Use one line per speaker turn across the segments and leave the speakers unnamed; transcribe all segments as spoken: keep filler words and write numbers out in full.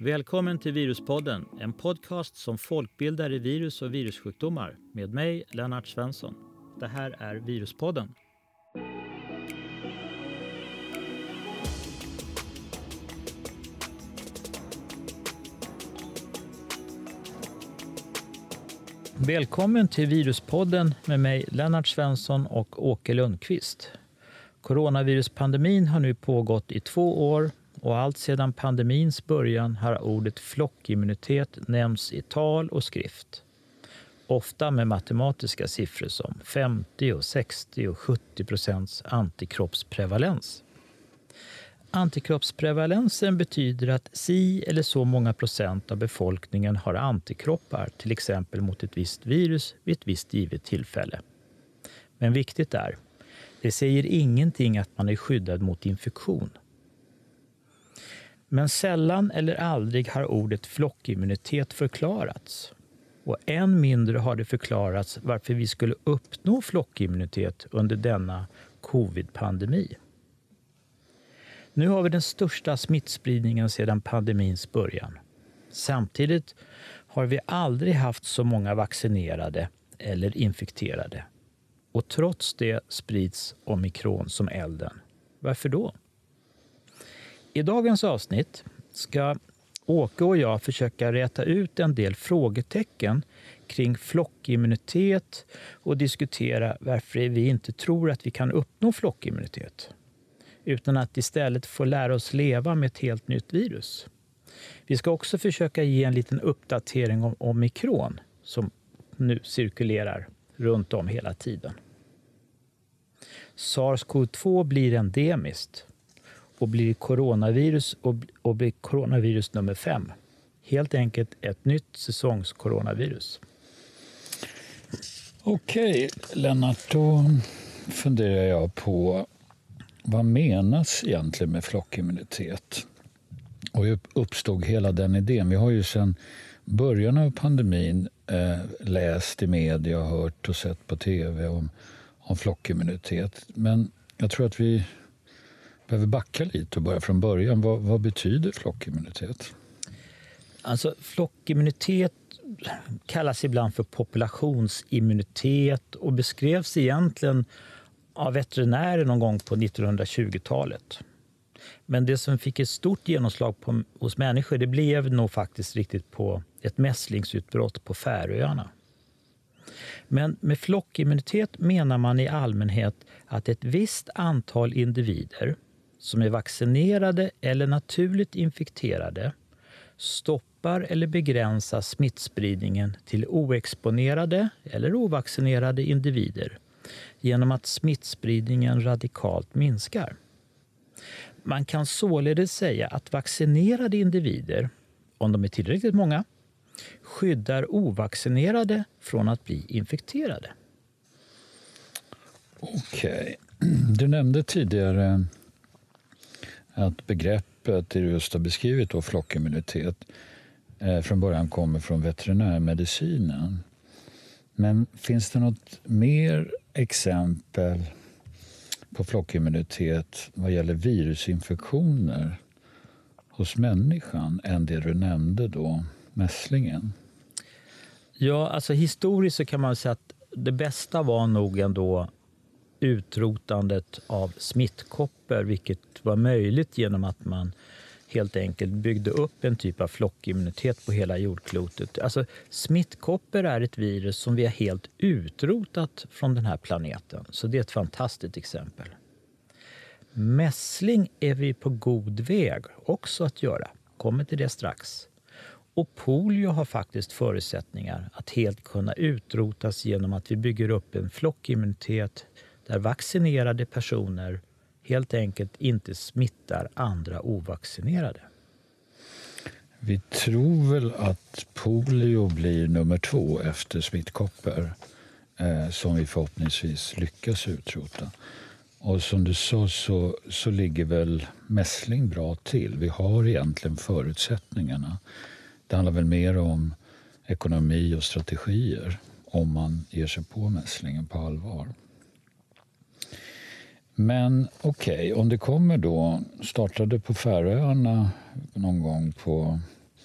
Välkommen till Viruspodden, en podcast som folkbildar i virus och virussjukdomar med mig, Lennart Svensson. Det här är Viruspodden. Välkommen till Viruspodden med mig, Lennart Svensson och Åke Lundqvist. Coronaviruspandemin har nu pågått i två år och allt sedan pandemins början har ordet flockimmunitet nämnts i tal och skrift. Ofta med matematiska siffror som femtio, sextio och sjuttio procents antikroppsprevalens. Antikroppsprevalensen betyder att si eller så många procent av befolkningen har antikroppar, till exempel mot ett visst virus vid ett visst givet tillfälle. Men viktigt är, det säger ingenting att man är skyddad mot infektion. Men sällan eller aldrig har ordet flockimmunitet förklarats. Och än mindre har det förklarats varför vi skulle uppnå flockimmunitet under denna covid-pandemi. Nu har vi den största smittspridningen sedan pandemins början. Samtidigt har vi aldrig haft så många vaccinerade eller infekterade. Och trots det sprids omikron som elden. Varför då? I dagens avsnitt ska Åke och jag försöka räta ut en del frågetecken kring flockimmunitet och diskutera varför vi inte tror att vi kan uppnå flockimmunitet, utan att istället få lära oss leva med ett helt nytt virus. Vi ska också försöka ge en liten uppdatering om omikron som nu cirkulerar runt om hela tiden. SARS-CoV två blir endemiskt och blir coronavirus och, och blir coronavirus nummer fem. Helt enkelt ett nytt säsongskoronavirus.
Okej, Lennart, då funderar jag på vad menas egentligen med flockimmunitet? Och hur uppstod hela den idén? Vi har ju sedan början av pandemin eh, läst i media, hört och sett på tv om, om flockimmunitet. Men jag tror att vi behöver backa lite och börja från början. Vad, vad betyder flockimmunitet?
Alltså flockimmunitet kallas ibland för populationsimmunitet och beskrevs egentligen av veterinärer någon gång på nittonhundratjugotalet. Men det som fick ett stort genomslag på, hos människor, det blev nog faktiskt riktigt på ett mässlingsutbrott på Färöarna. Men med flockimmunitet menar man i allmänhet att ett visst antal individer som är vaccinerade eller naturligt infekterade stoppar eller begränsar smittspridningen till oexponerade eller ovaccinerade individer genom att smittspridningen radikalt minskar. Man kan således säga att vaccinerade individer, om de är tillräckligt många, skyddar ovaccinerade från att bli infekterade.
Okej. Du nämnde tidigare att begreppet du just har beskrivit då, flockimmunitet, eh, från början kommer från veterinärmedicinen. Men finns det något mer exempel på flockimmunitet vad gäller virusinfektioner hos människan än det du nämnde då, mässlingen?
Ja, alltså historiskt så kan man säga att det bästa var nog ändå utrotandet av smittkoppor, vilket var möjligt genom att man helt enkelt byggde upp en typ av flockimmunitet på hela jordklotet. Alltså smittkoppor är ett virus som vi har helt utrotat från den här planeten. Så det är ett fantastiskt exempel. Mässling är vi på god väg också att göra. Kommer till det strax. Och polio har faktiskt förutsättningar att helt kunna utrotas genom att vi bygger upp en flockimmunitet där vaccinerade personer helt enkelt inte smittar andra ovaccinerade.
Vi tror väl att polio blir nummer två efter smittkoppor eh, som vi förhoppningsvis lyckas utrota. Och som du sa så, så ligger väl mässling bra till. Vi har egentligen förutsättningarna. Det handlar väl mer om ekonomi och strategier om man ger sig på mässlingen på allvar. Men okej, okay, om det kommer då, startade på Färöarna någon gång på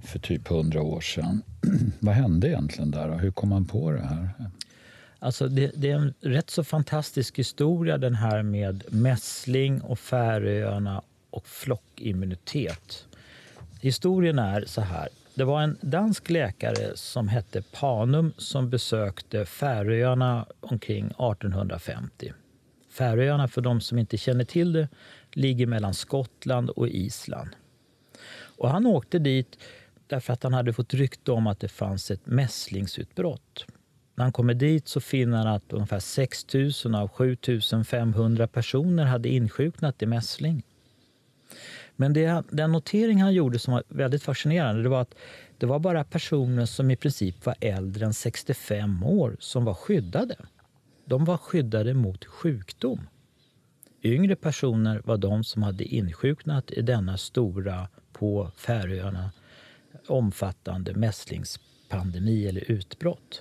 för typ hundra år sedan. Vad hände egentligen där? Hur kom man på det här?
Alltså det, det är en rätt så fantastisk historia den här med mässling och Färöarna och flockimmunitet. Historien är så här. Det var en dansk läkare som hette Panum som besökte Färöarna omkring arton femtio. Färöarna, för de som inte känner till det, ligger mellan Skottland och Island. Och han åkte dit därför att han hade fått rykte om att det fanns ett mässlingsutbrott. När han kommer dit så finner han att ungefär sex tusen av sju tusen femhundra personer hade insjuknat i mässling. Men det, den notering han gjorde som var väldigt fascinerande, det var att det var bara personer som i princip var äldre än sextiofem år som var skyddade. De var skyddade mot sjukdom. Yngre personer var de som hade insjuknat i denna stora, på Färöarna, omfattande mässlingspandemi eller utbrott.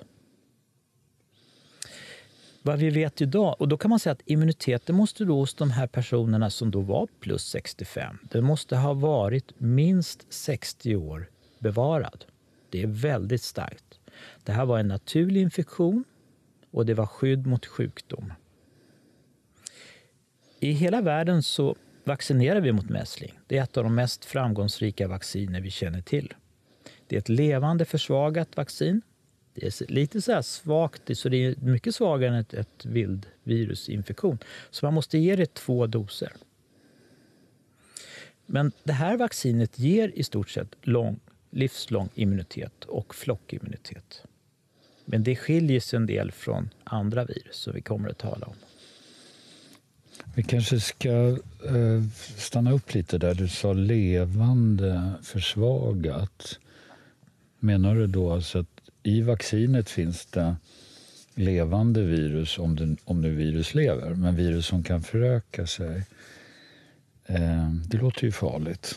Vad vi vet idag, och då kan man säga att immuniteten måste då hos de här personerna som då var plus sextiofem, den måste ha varit minst sextio år bevarad. Det är väldigt starkt. Det här var en naturlig infektion och det var skydd mot sjukdom. I hela världen så vaccinerar vi mot mässling. Det är ett av de mest framgångsrika vacciner vi känner till. Det är ett levande försvagat vaccin. Det är lite så här svagt, så det är mycket svagare än ett, ett vildvirusinfektion. Så man måste ge det två doser. Men det här vaccinet ger i stort sett lång, livslång immunitet och flockimmunitet. Men det skiljer sig en del från andra virus som vi kommer att tala om.
Vi kanske ska eh, stanna upp lite där. Du sa levande försvagat. Menar du då alltså att i vaccinet finns det levande virus, om, det, om nu virus lever, men virus som kan föröka sig? Eh, det låter ju farligt.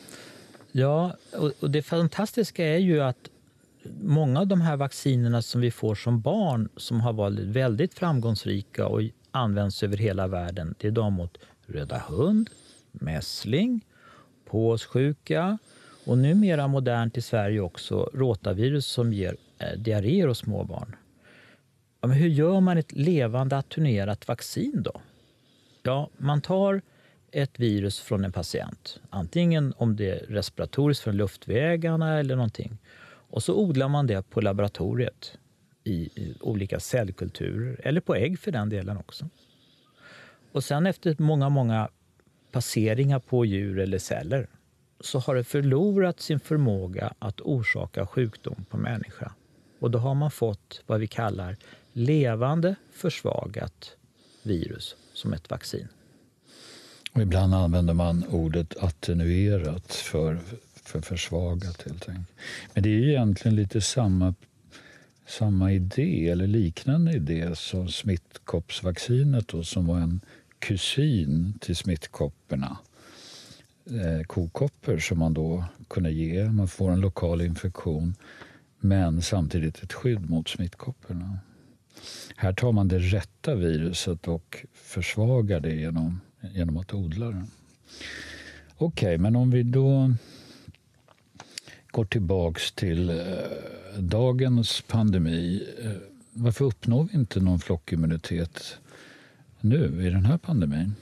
Ja, och, och det fantastiska är ju att många av de här vaccinerna som vi får som barn som har varit väldigt framgångsrika och används över hela världen, det är de mot röda hund, mässling, påssjuka och numera modernt i Sverige också rotavirus som ger eh, diarréer hos småbarn. Ja, men hur gör man ett levande attenuerat vaccin då? Ja, man tar ett virus från en patient, antingen om det är respiratoriskt från luftvägarna eller någonting, och så odlar man det på laboratoriet i, i olika cellkulturer, eller på ägg för den delen också. Och sen efter många, många passeringar på djur eller celler så har det förlorat sin förmåga att orsaka sjukdom på människa. Och då har man fått vad vi kallar levande försvagat virus som ett vaccin.
Och ibland använder man ordet attenuerat för, för försvagat helt enkelt. Men det är ju egentligen lite samma, samma idé eller liknande idé som smittkoppsvaccinet då, som var en kusin till smittkopporna. Eh, kokoppor som man då kunde ge. Man får en lokal infektion men samtidigt ett skydd mot smittkopporna. Här tar man det rätta viruset och försvagar det genom, genom att odla det. Okej, okay, men om vi då går tillbaks till eh, dagens pandemi. Eh, varför uppnår vi inte någon flockimmunitet nu i den här pandemin?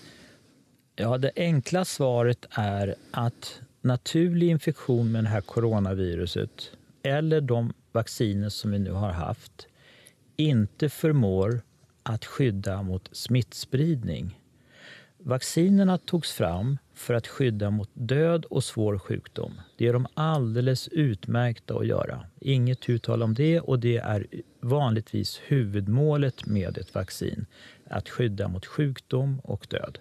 Ja, det enkla svaret är att naturlig infektion med det här coronaviruset eller de vacciner som vi nu har haft inte förmår att skydda mot smittspridning. Vaccinerna togs fram för att skydda mot död och svår sjukdom. Det är de alldeles utmärkta att göra. Inget uttal om det, och det är vanligtvis huvudmålet med ett vaccin. Att skydda mot sjukdom och död.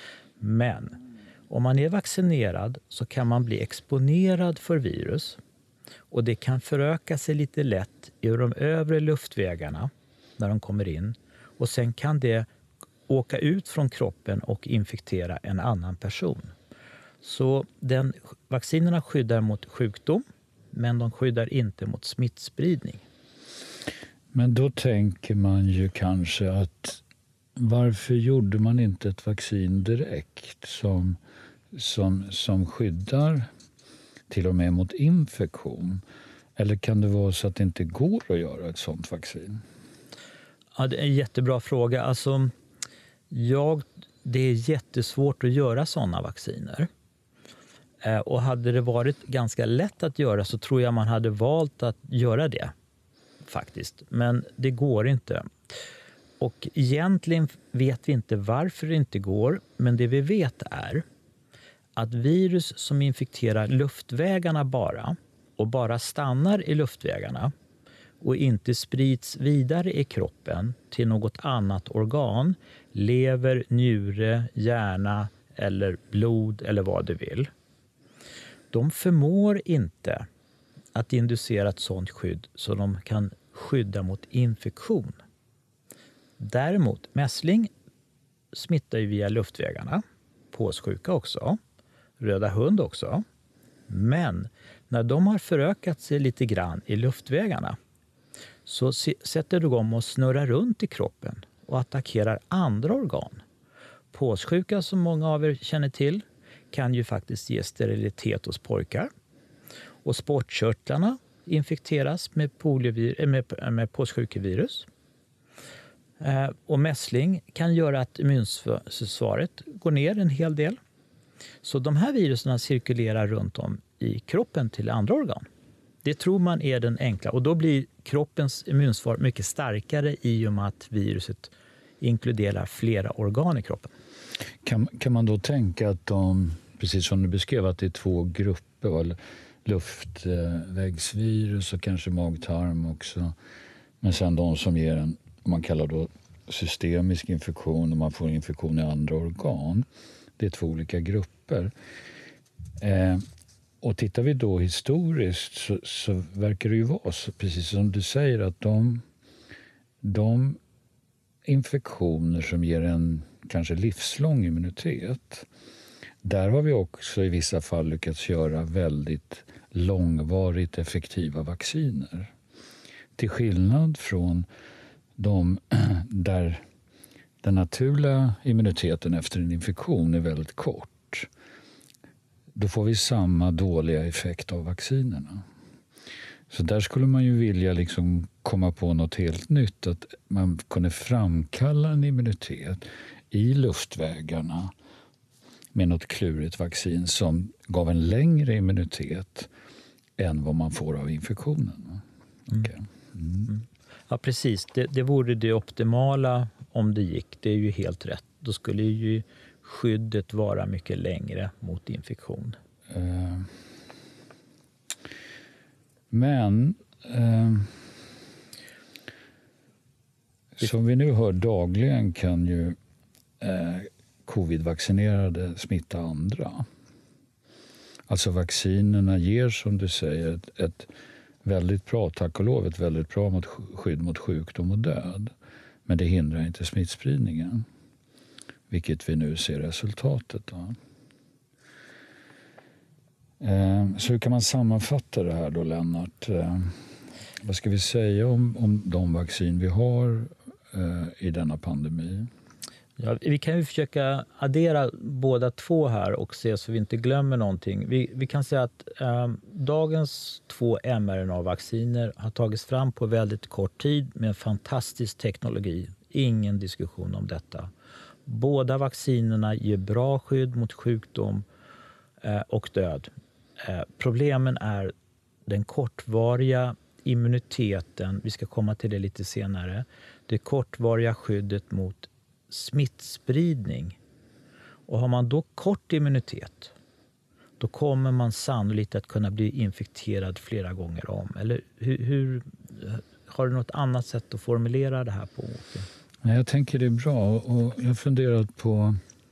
Men om man är vaccinerad så kan man bli exponerad för virus. Och det kan föröka sig lite lätt i de övre luftvägarna när de kommer in. Och sen kan det åka ut från kroppen och infektera en annan person. Så den, vaccinerna skyddar mot sjukdom, men de skyddar inte mot smittspridning.
Men då tänker man ju kanske att varför gjorde man inte ett vaccin direkt som, som, som skyddar till och med mot infektion? Eller kan det vara så att det inte går att göra ett sådant vaccin?
Ja, det är en jättebra fråga. Alltså, jag, det är jättesvårt att göra sådana vacciner. Eh, och hade det varit ganska lätt att göra så tror jag man hade valt att göra det. Faktiskt. Men det går inte. Och egentligen vet vi inte varför det inte går. Men det vi vet är att virus som infekterar luftvägarna bara och bara stannar i luftvägarna och inte sprids vidare i kroppen till något annat organ, lever, njure, hjärna eller blod eller vad du vill. De förmår inte att inducera ett sådant skydd så de kan skydda mot infektion. Däremot, mässling smittar ju via luftvägarna, påssjuka också, röda hund också. Men när de har förökat sig lite grann i luftvägarna så sätter de och snurrar runt i kroppen och attackerar andra organ. Påssjuka, som många av er känner till, kan ju faktiskt ge sterilitet hos pojkar. Och sportkörtlarna infekteras med, poliovir- med, med påssjukevirus. Eh, och mässling kan göra att immunförsvaret går ner en hel del. Så de här virusen cirkulerar runt om i kroppen till andra organ. Det tror man är den enkla. Och då blir kroppens immunförsvar mycket starkare i och med att viruset inkluderar flera organ i kroppen.
Kan, kan man då tänka att de, precis som du beskrev, att det är två grupper, luftvägsvirus och kanske magtarm också, men sen de som ger en, man kallar då systemisk infektion och man får infektion i andra organ. Det är två olika grupper. Eh, och tittar vi då historiskt så, så verkar det ju vara så, precis som du säger, att de, de infektioner som ger en kanske livslång immunitet, där har vi också i vissa fall lyckats göra väldigt långvarigt effektiva vacciner. Till skillnad från de där den naturliga immuniteten efter en infektion är väldigt kort. Då får vi samma dåliga effekt av vaccinerna. Så där skulle man ju vilja liksom komma på något helt nytt. Att man kunde framkalla en immunitet i luftvägarna med något klurigt vaccin som gav en längre immunitet än vad man får av infektionen.
Mm.
Okay. Mm.
Ja, precis. Det, det vore det optimala om det gick. Det är ju helt rätt. Då skulle ju skyddet vara mycket längre mot infektion.
Uh, men uh, som vi nu hör dagligen kan ju uh, covid-vaccinerade smitta andra. Alltså vaccinerna ger, som du säger, ett, ett väldigt bra, tack och lov, ett väldigt bra mot, skydd mot sjukdom och död. Men det hindrar inte smittspridningen. Vilket vi nu ser resultatet av. Eh, så hur kan man sammanfatta det här då, Lennart? Eh, vad ska vi säga om, om de vaccin vi har eh, i denna pandemi?
Ja, vi kan ju försöka addera båda två här och se så vi inte glömmer någonting. Vi, vi kan säga att eh, dagens två mRNA-vacciner har tagits fram på väldigt kort tid med en fantastisk teknologi. Ingen diskussion om detta. Båda vaccinerna ger bra skydd mot sjukdom eh, och död. Eh, problemen är den kortvariga immuniteten. Vi ska komma till det lite senare. Det kortvariga skyddet mot smittspridning. Och har man då kort immunitet, då kommer man sannolikt att kunna bli infekterad flera gånger om. Eller hur, hur har du något annat sätt att formulera det här på, Åke?
Jag tänker det är bra, och jag har funderat på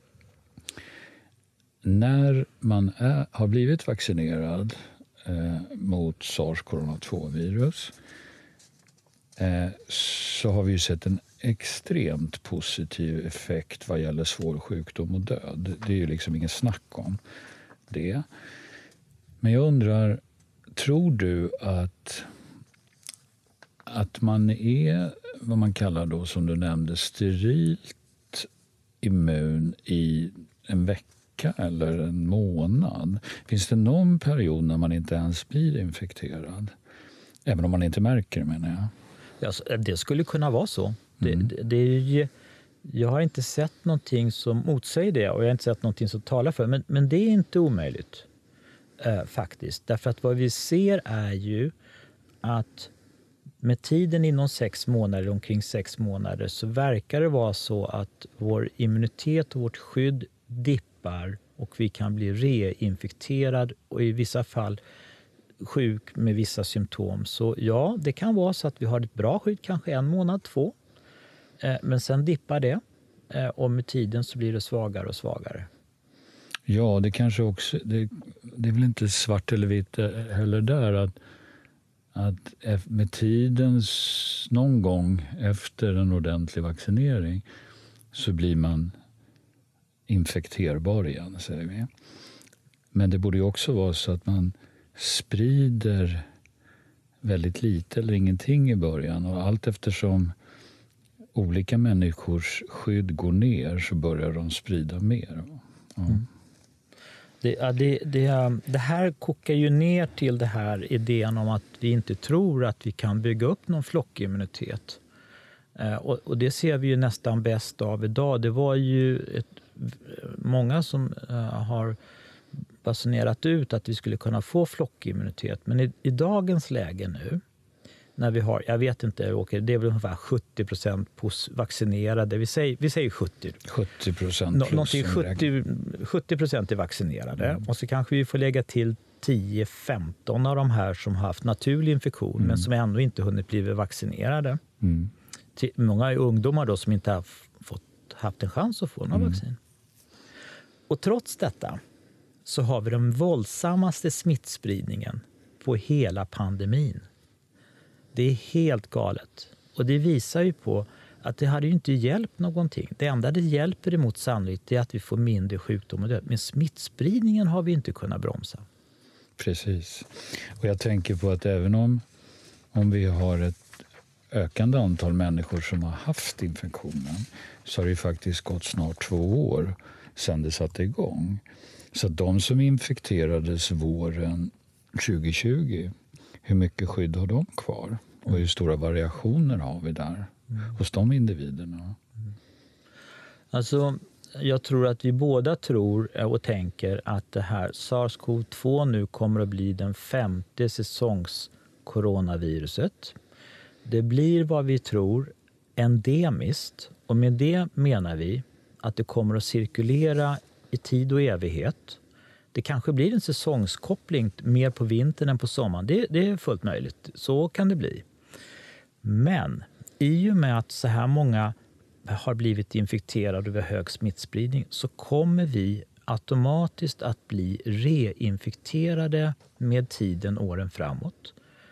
när man är, har blivit vaccinerad eh, mot SARS-CoV två-virus eh, så har vi ju sett en extremt positiv effekt vad gäller svår sjukdom och död. Det är ju liksom ingen snack om det. Men jag undrar, tror du att att man är vad man kallar då, som du nämnde, sterilt immun i en vecka vecka eller en månad? Finns det någon period när man inte ens blir infekterad? Även om man inte märker det, menar jag.
Ja, det skulle kunna vara så. Mm. Det, det är ju, jag har inte sett någonting som motsäger det och jag har inte sett någonting som talar för det. Men, men det är inte omöjligt eh, faktiskt. Därför att vad vi ser är ju att med tiden inom sex månader, omkring sex månader, så verkar det vara så att vår immunitet och vårt skydd dippar och vi kan bli reinfekterad och i vissa fall sjuk med vissa symptom. Så ja, det kan vara så att vi har ett bra skydd, kanske en månad, två. Eh, men sen dippar det eh, och med tiden så blir det svagare och svagare.
Ja, det kanske också, det, det är väl inte svart eller vitt heller där att att med tiden, någon gång efter en ordentlig vaccinering, så blir man infekterbar igen, säger vi. Men det borde ju också vara så att man sprider väldigt lite eller ingenting i början. Och allt eftersom olika människors skydd går ner så börjar de sprida mer. Ja.
Mm. Det, det, det, det här kokar ju ner till det här idén om att vi inte tror att vi kan bygga upp någon flockimmunitet. Eh, och, och det ser vi ju nästan bäst av idag. Det var ju ett, många som eh, har basunerat ut att vi skulle kunna få flockimmunitet. Men i, i dagens läge nu, när vi har, jag vet inte, Åke, det är väl ungefär sjuttio procent vaccinerade. Vi säger, vi säger sjuttio.
sjuttio procent plus.
sjuttio, sjuttio procent är vaccinerade. Mm. Och så kanske vi får lägga till tio femton av de här som har haft naturlig infektion mm. men som ännu inte hunnit bli vaccinerade. Mm. Till, många är ungdomar då som inte har fått, haft en chans att få några mm. vaccin. Och trots detta så har vi den våldsammaste smittspridningen på hela pandemin. Det är helt galet. Och det visar ju på att det hade ju inte hjälpt någonting. Det enda det hjälper emot sannolikt är att vi får mindre sjukdom och död. Men smittspridningen har vi inte kunnat bromsa.
Precis. Och jag tänker på att även om, om vi har ett ökande antal människor som har haft infektionen så har det faktiskt gått snart två år sedan det satte igång. Så de som infekterades våren tjugo tjugo, hur mycket skydd har de kvar? Och hur stora variationer har vi där mm. hos de individerna?
Mm. Alltså, jag tror att vi båda tror och tänker att det här SARS-CoV två nu kommer att bli den femte säsongskoronaviruset. Det blir vad vi tror endemiskt. Och med det menar vi att det kommer att cirkulera i tid och evighet. Det kanske blir en säsongskoppling mer på vintern än på sommaren. Det, det är fullt möjligt. Så kan det bli. Men i och med att så här många har blivit infekterade över hög smittspridning så kommer vi automatiskt att bli reinfekterade med tiden åren framåt.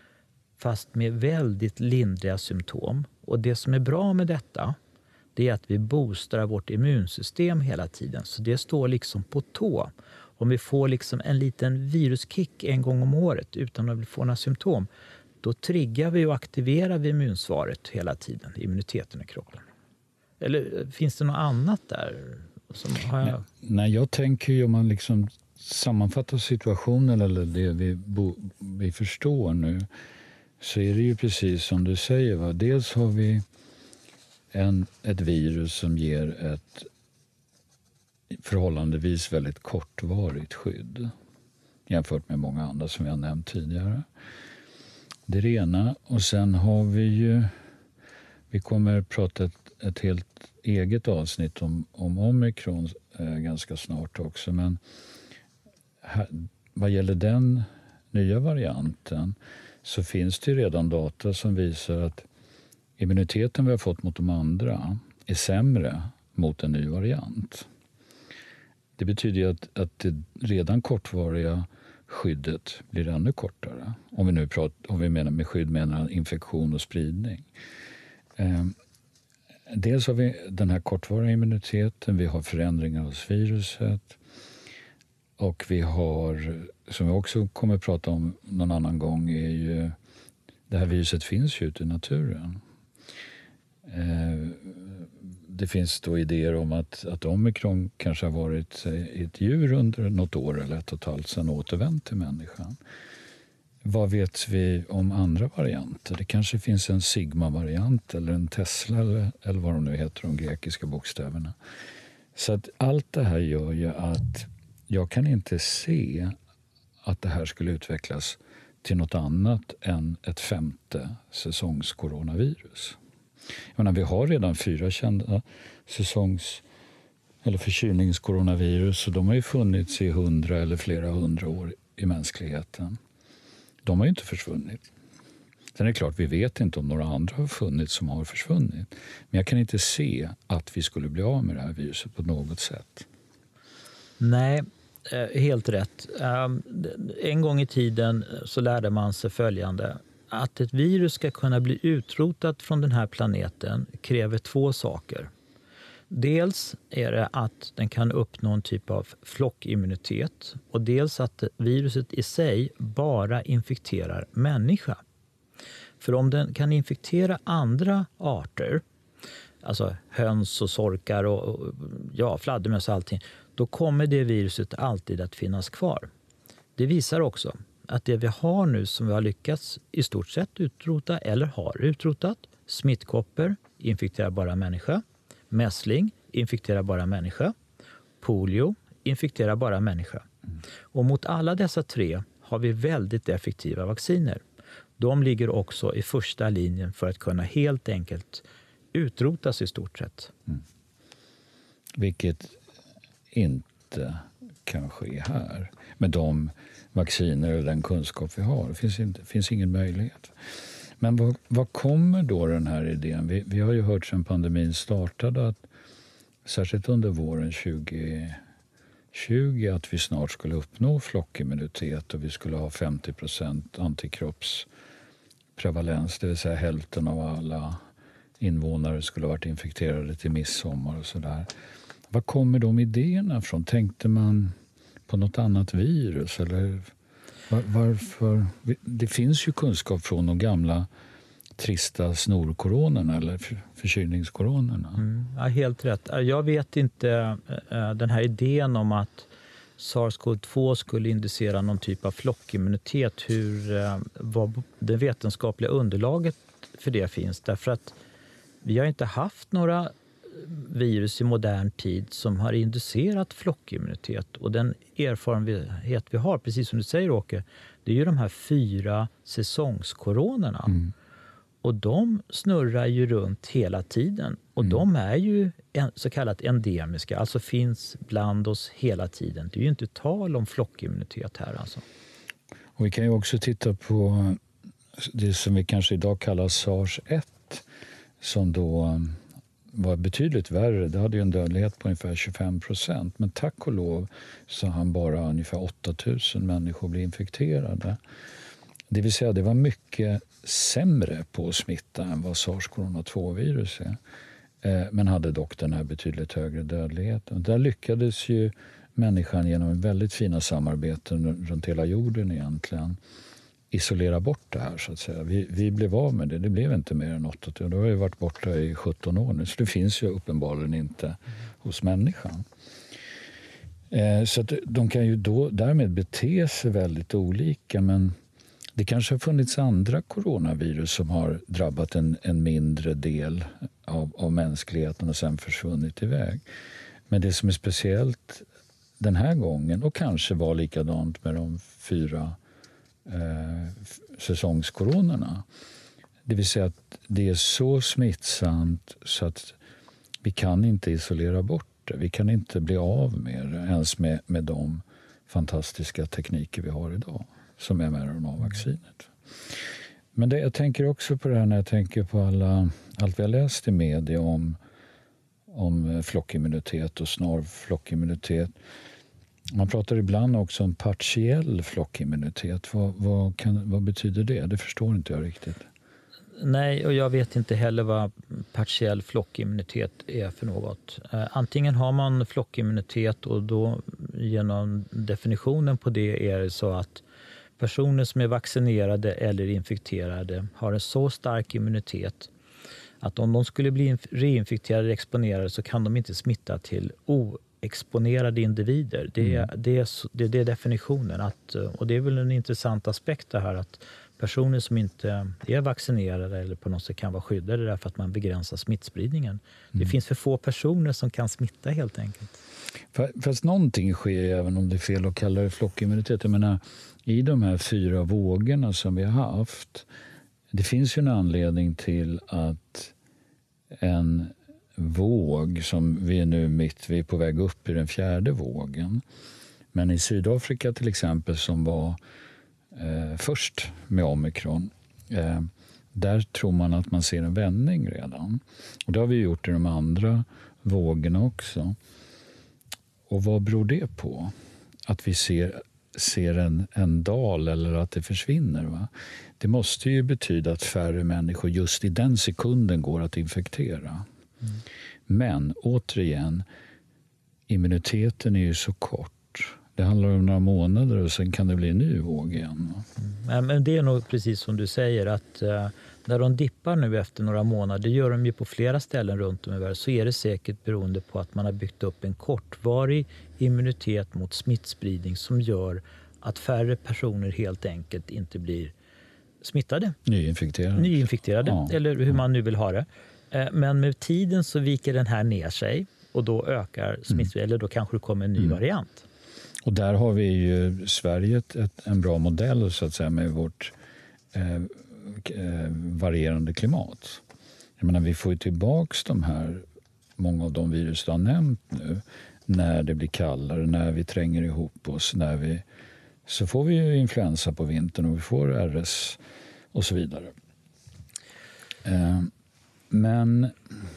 Fast med väldigt lindriga symptom. Och det som är bra med detta det är att vi boostar vårt immunsystem hela tiden. Så det står liksom på tå. Om vi får liksom en liten viruskick en gång om året utan att få några symptom, då triggar vi och aktiverar vi immunsvaret hela tiden, immuniteten i kroppen. Eller finns det något annat där? Som har jag...
Nej, nej, jag tänker ju om man liksom sammanfattar situationen eller det vi, bo, vi förstår nu, så är det ju precis som du säger. Va? Dels har vi en, ett virus som ger ett förhållandevis väldigt kortvarigt skydd jämfört med många andra som vi har nämnt tidigare. Det är det ena. Och sen har vi ju, vi kommer att prata ett, ett helt eget avsnitt om, om omikron eh, ganska snart också. Men här, vad gäller den nya varianten så finns det ju redan data som visar att immuniteten vi har fått mot de andra är sämre mot en ny variant. Det betyder ju att, att det redan kortvariga skyddet blir ännu kortare. Om vi nu pratar, om vi menar med skydd menar infektion och spridning. Eh, dels har vi den här kortvariga immuniteten, vi har förändringar hos viruset och vi har, som vi också kommer att prata om någon annan gång, är ju det här viruset finns ju ute i naturen. Eh, det finns då idéer om att, att omikron kanske har varit ett djur under något år eller ett och ett halvt sedan återvänt till människan. Vad vet vi om andra varianter? Det kanske finns en sigma-variant eller en Tesla eller, eller vad de nu heter, de grekiska bokstäverna. Så att allt det här gör ju att jag kan inte se att det här skulle utvecklas till något annat än ett femte säsongskoronavirus. Jag menar, vi har redan fyra kända säsongs- eller förkylningskoronavirus och de har ju funnits i hundra eller flera hundra år i mänskligheten. De har ju inte försvunnit. Sen är det klart, vi vet inte om några andra har funnits som har försvunnit. Men jag kan inte se att vi skulle bli av med det här viruset på något sätt.
Nej, helt rätt. En gång i tiden så lärde man sig följande. Att ett virus ska kunna bli utrotat från den här planeten kräver två saker. Dels är det att den kan uppnå en typ av flockimmunitet och dels att viruset i sig bara infekterar människa. För om den kan infektera andra arter, alltså höns och sorkar och ja, fladdermöss och allting, då kommer det viruset alltid att finnas kvar. Det visar också att det vi har nu som vi har lyckats i stort sett utrota eller har utrotat, smittkoppor infekterar bara människa, mässling infekterar bara människa, polio infekterar bara människa. Mm. Och mot alla dessa tre har vi väldigt effektiva vacciner. De ligger också i första linjen för att kunna helt enkelt utrotas i stort sett. Mm.
Vilket inte kan ske här. Med de vacciner och den kunskap vi har. Det finns, inte, finns ingen möjlighet. Men vad, vad kommer då den här idén? Vi, vi har ju hört sedan pandemin startade att särskilt under våren tjugo tjugo att vi snart skulle uppnå flockimmunitet och vi skulle ha femtio procent antikroppsprevalens, det vill säga hälften av alla invånare skulle ha varit infekterade till midsommar och sådär. Var kommer de idéerna från? Tänkte man på något annat virus eller var, varför? Det finns ju kunskap från de gamla trista snorkoronorna eller förkylningskoronorna.
Mm, ja, helt rätt. Jag vet inte den här idén om att SARS-CoV två skulle indicera någon typ av flockimmunitet, hur vad det vetenskapliga underlaget för det finns. Därför att vi har inte haft några virus i modern tid som har inducerat flockimmunitet. Och den erfarenhet vi har, precis som du säger Åke, det är ju de här fyra säsongskoronorna. Mm. Och de snurrar ju runt hela tiden. Och mm. de är ju en, så kallat endemiska, alltså finns bland oss hela tiden. Det är ju inte tal om flockimmunitet här alltså.
Och vi kan ju också titta på det som vi kanske idag kallar SARS ett, som då var betydligt värre. Det hade ju en dödlighet på ungefär tjugofem procent. Men tack och lov så han bara ungefär åtta tusen människor blev infekterade. Det vill säga det var mycket sämre på att smitta än vad SARS-CoV två-virus är. Men hade dock den här betydligt högre dödligheten. Där lyckades ju människan genom väldigt fina samarbeten runt hela jorden egentligen isolera bort det här så att säga. Vi, vi blev av med det. Det blev inte mer än åtta år. Då har vi varit borta i sjutton år nu. Så det finns ju uppenbarligen inte mm. hos människan. Eh, så att de kan ju då därmed bete sig väldigt olika. Men det kanske har funnits andra coronavirus som har drabbat en, en mindre del av, av mänskligheten och sen försvunnit iväg. Men det som är speciellt den här gången, och kanske var likadant med de fyra eh, säsongskoronorna, det vill säga att det är så smittsamt så att vi kan inte isolera bort det. Vi kan inte bli av med det ens med, med de fantastiska tekniker vi har idag som är med R N A-vaccinet. Men det, jag tänker också på det här när jag tänker på alla, allt vi har läst i media om, om flockimmunitet och snar flockimmunitet. Man pratar ibland också om partiell flockimmunitet. Vad, vad, kan, vad betyder det? Det förstår inte jag riktigt.
Nej, och jag vet inte heller vad partiell flockimmunitet är för något. Antingen har man flockimmunitet och då genom definitionen på det är det så att personer som är vaccinerade eller infekterade har en så stark immunitet att om de skulle bli reinfekterade eller exponerade så kan de inte smitta till oexponerade individer. Det är, mm. det är, det är, det är definitionen. Att, och det är väl en intressant aspekt det här att personer som inte är vaccinerade eller på något sätt kan vara skyddade därför att man begränsar smittspridningen. Mm. Det finns för få personer som kan smitta helt enkelt.
Fast någonting sker, även om det är fel att kalla det flockimmunitet. Jag menar, i de här fyra vågorna som vi har haft, det finns ju en anledning till att en våg som vi är nu mitt, vi är på väg upp i den fjärde vågen. Men i Sydafrika till exempel som var eh, först med omikron, eh, där tror man att man ser en vändning redan. Och det har vi gjort i de andra vågorna också. Och vad beror det på? Att vi ser, ser en, en dal eller att det försvinner, va? Det måste ju betyda att färre människor just i den sekunden går att infektera. Mm. Men återigen, immuniteten är ju så kort. Det handlar om några månader och sen kan det bli en ny våg igen.
Mm. Men det är nog precis som du säger att uh, när de dippar nu efter några månader, det gör de ju på flera ställen runt om i världen, så är det säkert beroende på att man har byggt upp en kortvarig immunitet mot smittspridning som gör att färre personer helt enkelt inte blir smittade.
Nyinfekterade.
Nyinfekterade,
ja.
Eller hur man nu vill ha det. Men med tiden så viker den här ner sig och då ökar smittspridningen, mm. eller då kanske det kommer en ny mm. variant.
Och där har vi ju Sverige ett, ett, en bra modell så att säga med vårt eh, varierande klimat. Jag menar, vi får ju tillbaks de här, många av de virus du har nämnt nu, när det blir kallare, när vi tränger ihop oss, när vi, så får vi ju influensa på vintern och vi får R S och så vidare. Eh, men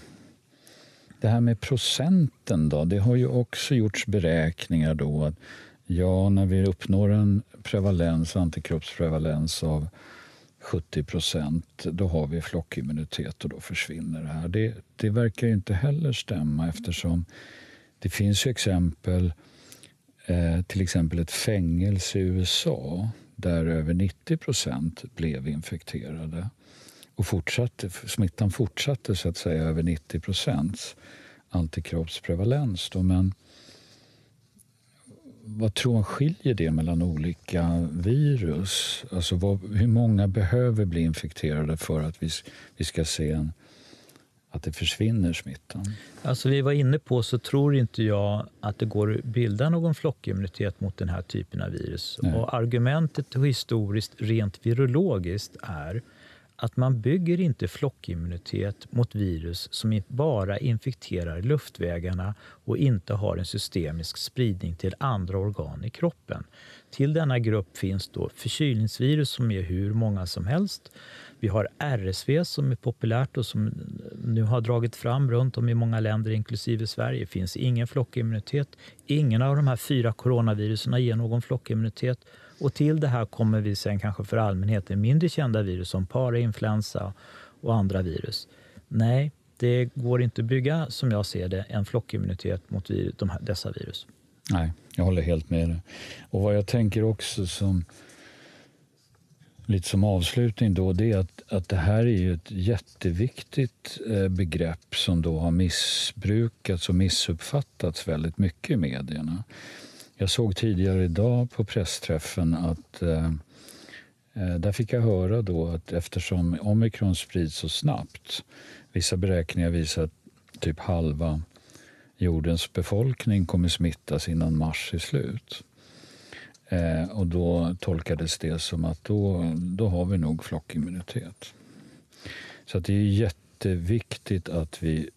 det här med procenten då, det har ju också gjorts beräkningar då att ja, när vi uppnår en prevalens, antikroppsprevalens av sjuttio procent, då har vi flockimmunitet och då försvinner det här. Det, det verkar ju inte heller stämma eftersom det finns ju exempel, eh, till exempel ett fängelse i U S A där över nittio procent blev infekterade. Och fortsatte, smittan fortsatte så att säga över nittio procent antikroppsprevalens. Då. Men vad tror man skiljer det mellan olika virus? Alltså vad, hur många behöver bli infekterade för att vi, vi ska se en, att det försvinner smittan?
Alltså vi var inne på så tror inte jag att det går att bilda någon flockimmunitet mot den här typen av virus. Nej. Och argumentet historiskt rent virologiskt är att man bygger inte flockimmunitet mot virus som bara infekterar luftvägarna och inte har en systemisk spridning till andra organ i kroppen. Till denna grupp finns då förkylningsvirus som är hur många som helst. Vi har R S V som är populärt och som nu har dragit fram runt om i många länder inklusive Sverige. Det finns ingen flockimmunitet. Ingen av de här fyra coronaviruserna ger någon flockimmunitet. Och till det här kommer vi sen kanske för allmänheten mindre kända virus som parainfluensa och andra virus. Nej, det går inte att bygga, som jag ser det, en flockimmunitet mot de här, dessa virus.
Nej, jag håller helt med dig. Och vad jag tänker också som lite som avslutning då, det är att, att det här är ju ett jätteviktigt eh, begrepp som då har missbrukats och missuppfattats väldigt mycket i medierna. Jag såg tidigare idag på pressträffen att eh, där fick jag höra då att eftersom omikron sprids så snabbt, vissa beräkningar visar att typ halva jordens befolkning kommer smittas innan mars är slut. Eh, och då tolkades det som att då, då har vi nog flockimmunitet. Så att det är jätteviktigt att vi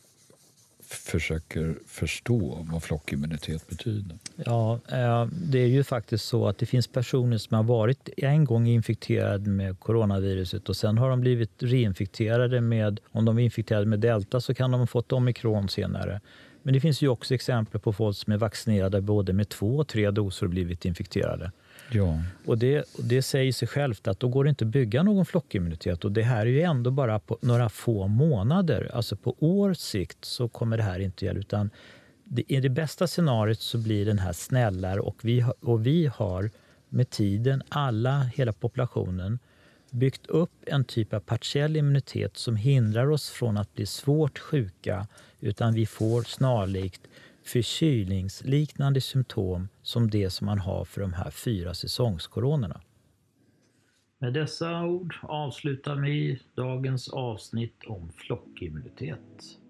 försöker förstå vad flockimmunitet betyder.
Ja, det är ju faktiskt så att det finns personer som har varit en gång infekterade med coronaviruset och sen har de blivit reinfekterade med, om de är infekterade med delta så kan de ha fått omikron senare. Men det finns ju också exempel på folk som är vaccinerade både med två och tre doser och blivit infekterade.
Ja.
Och det, och det säger sig självt att då går det inte att bygga någon flockimmunitet. Och det här är ju ändå bara på några få månader. Alltså på års sikt så kommer det här inte gälla. Utan det, i det bästa scenariot så blir den här snällare. Och vi, och vi har med tiden, alla, hela populationen, byggt upp en typ av partiell immunitet som hindrar oss från att bli svårt sjuka, utan vi får snarlikt förkylningsliknande symptom som det som man har för de här fyra säsongskoronorna. Med dessa ord avslutar vi dagens avsnitt om flockimmunitet.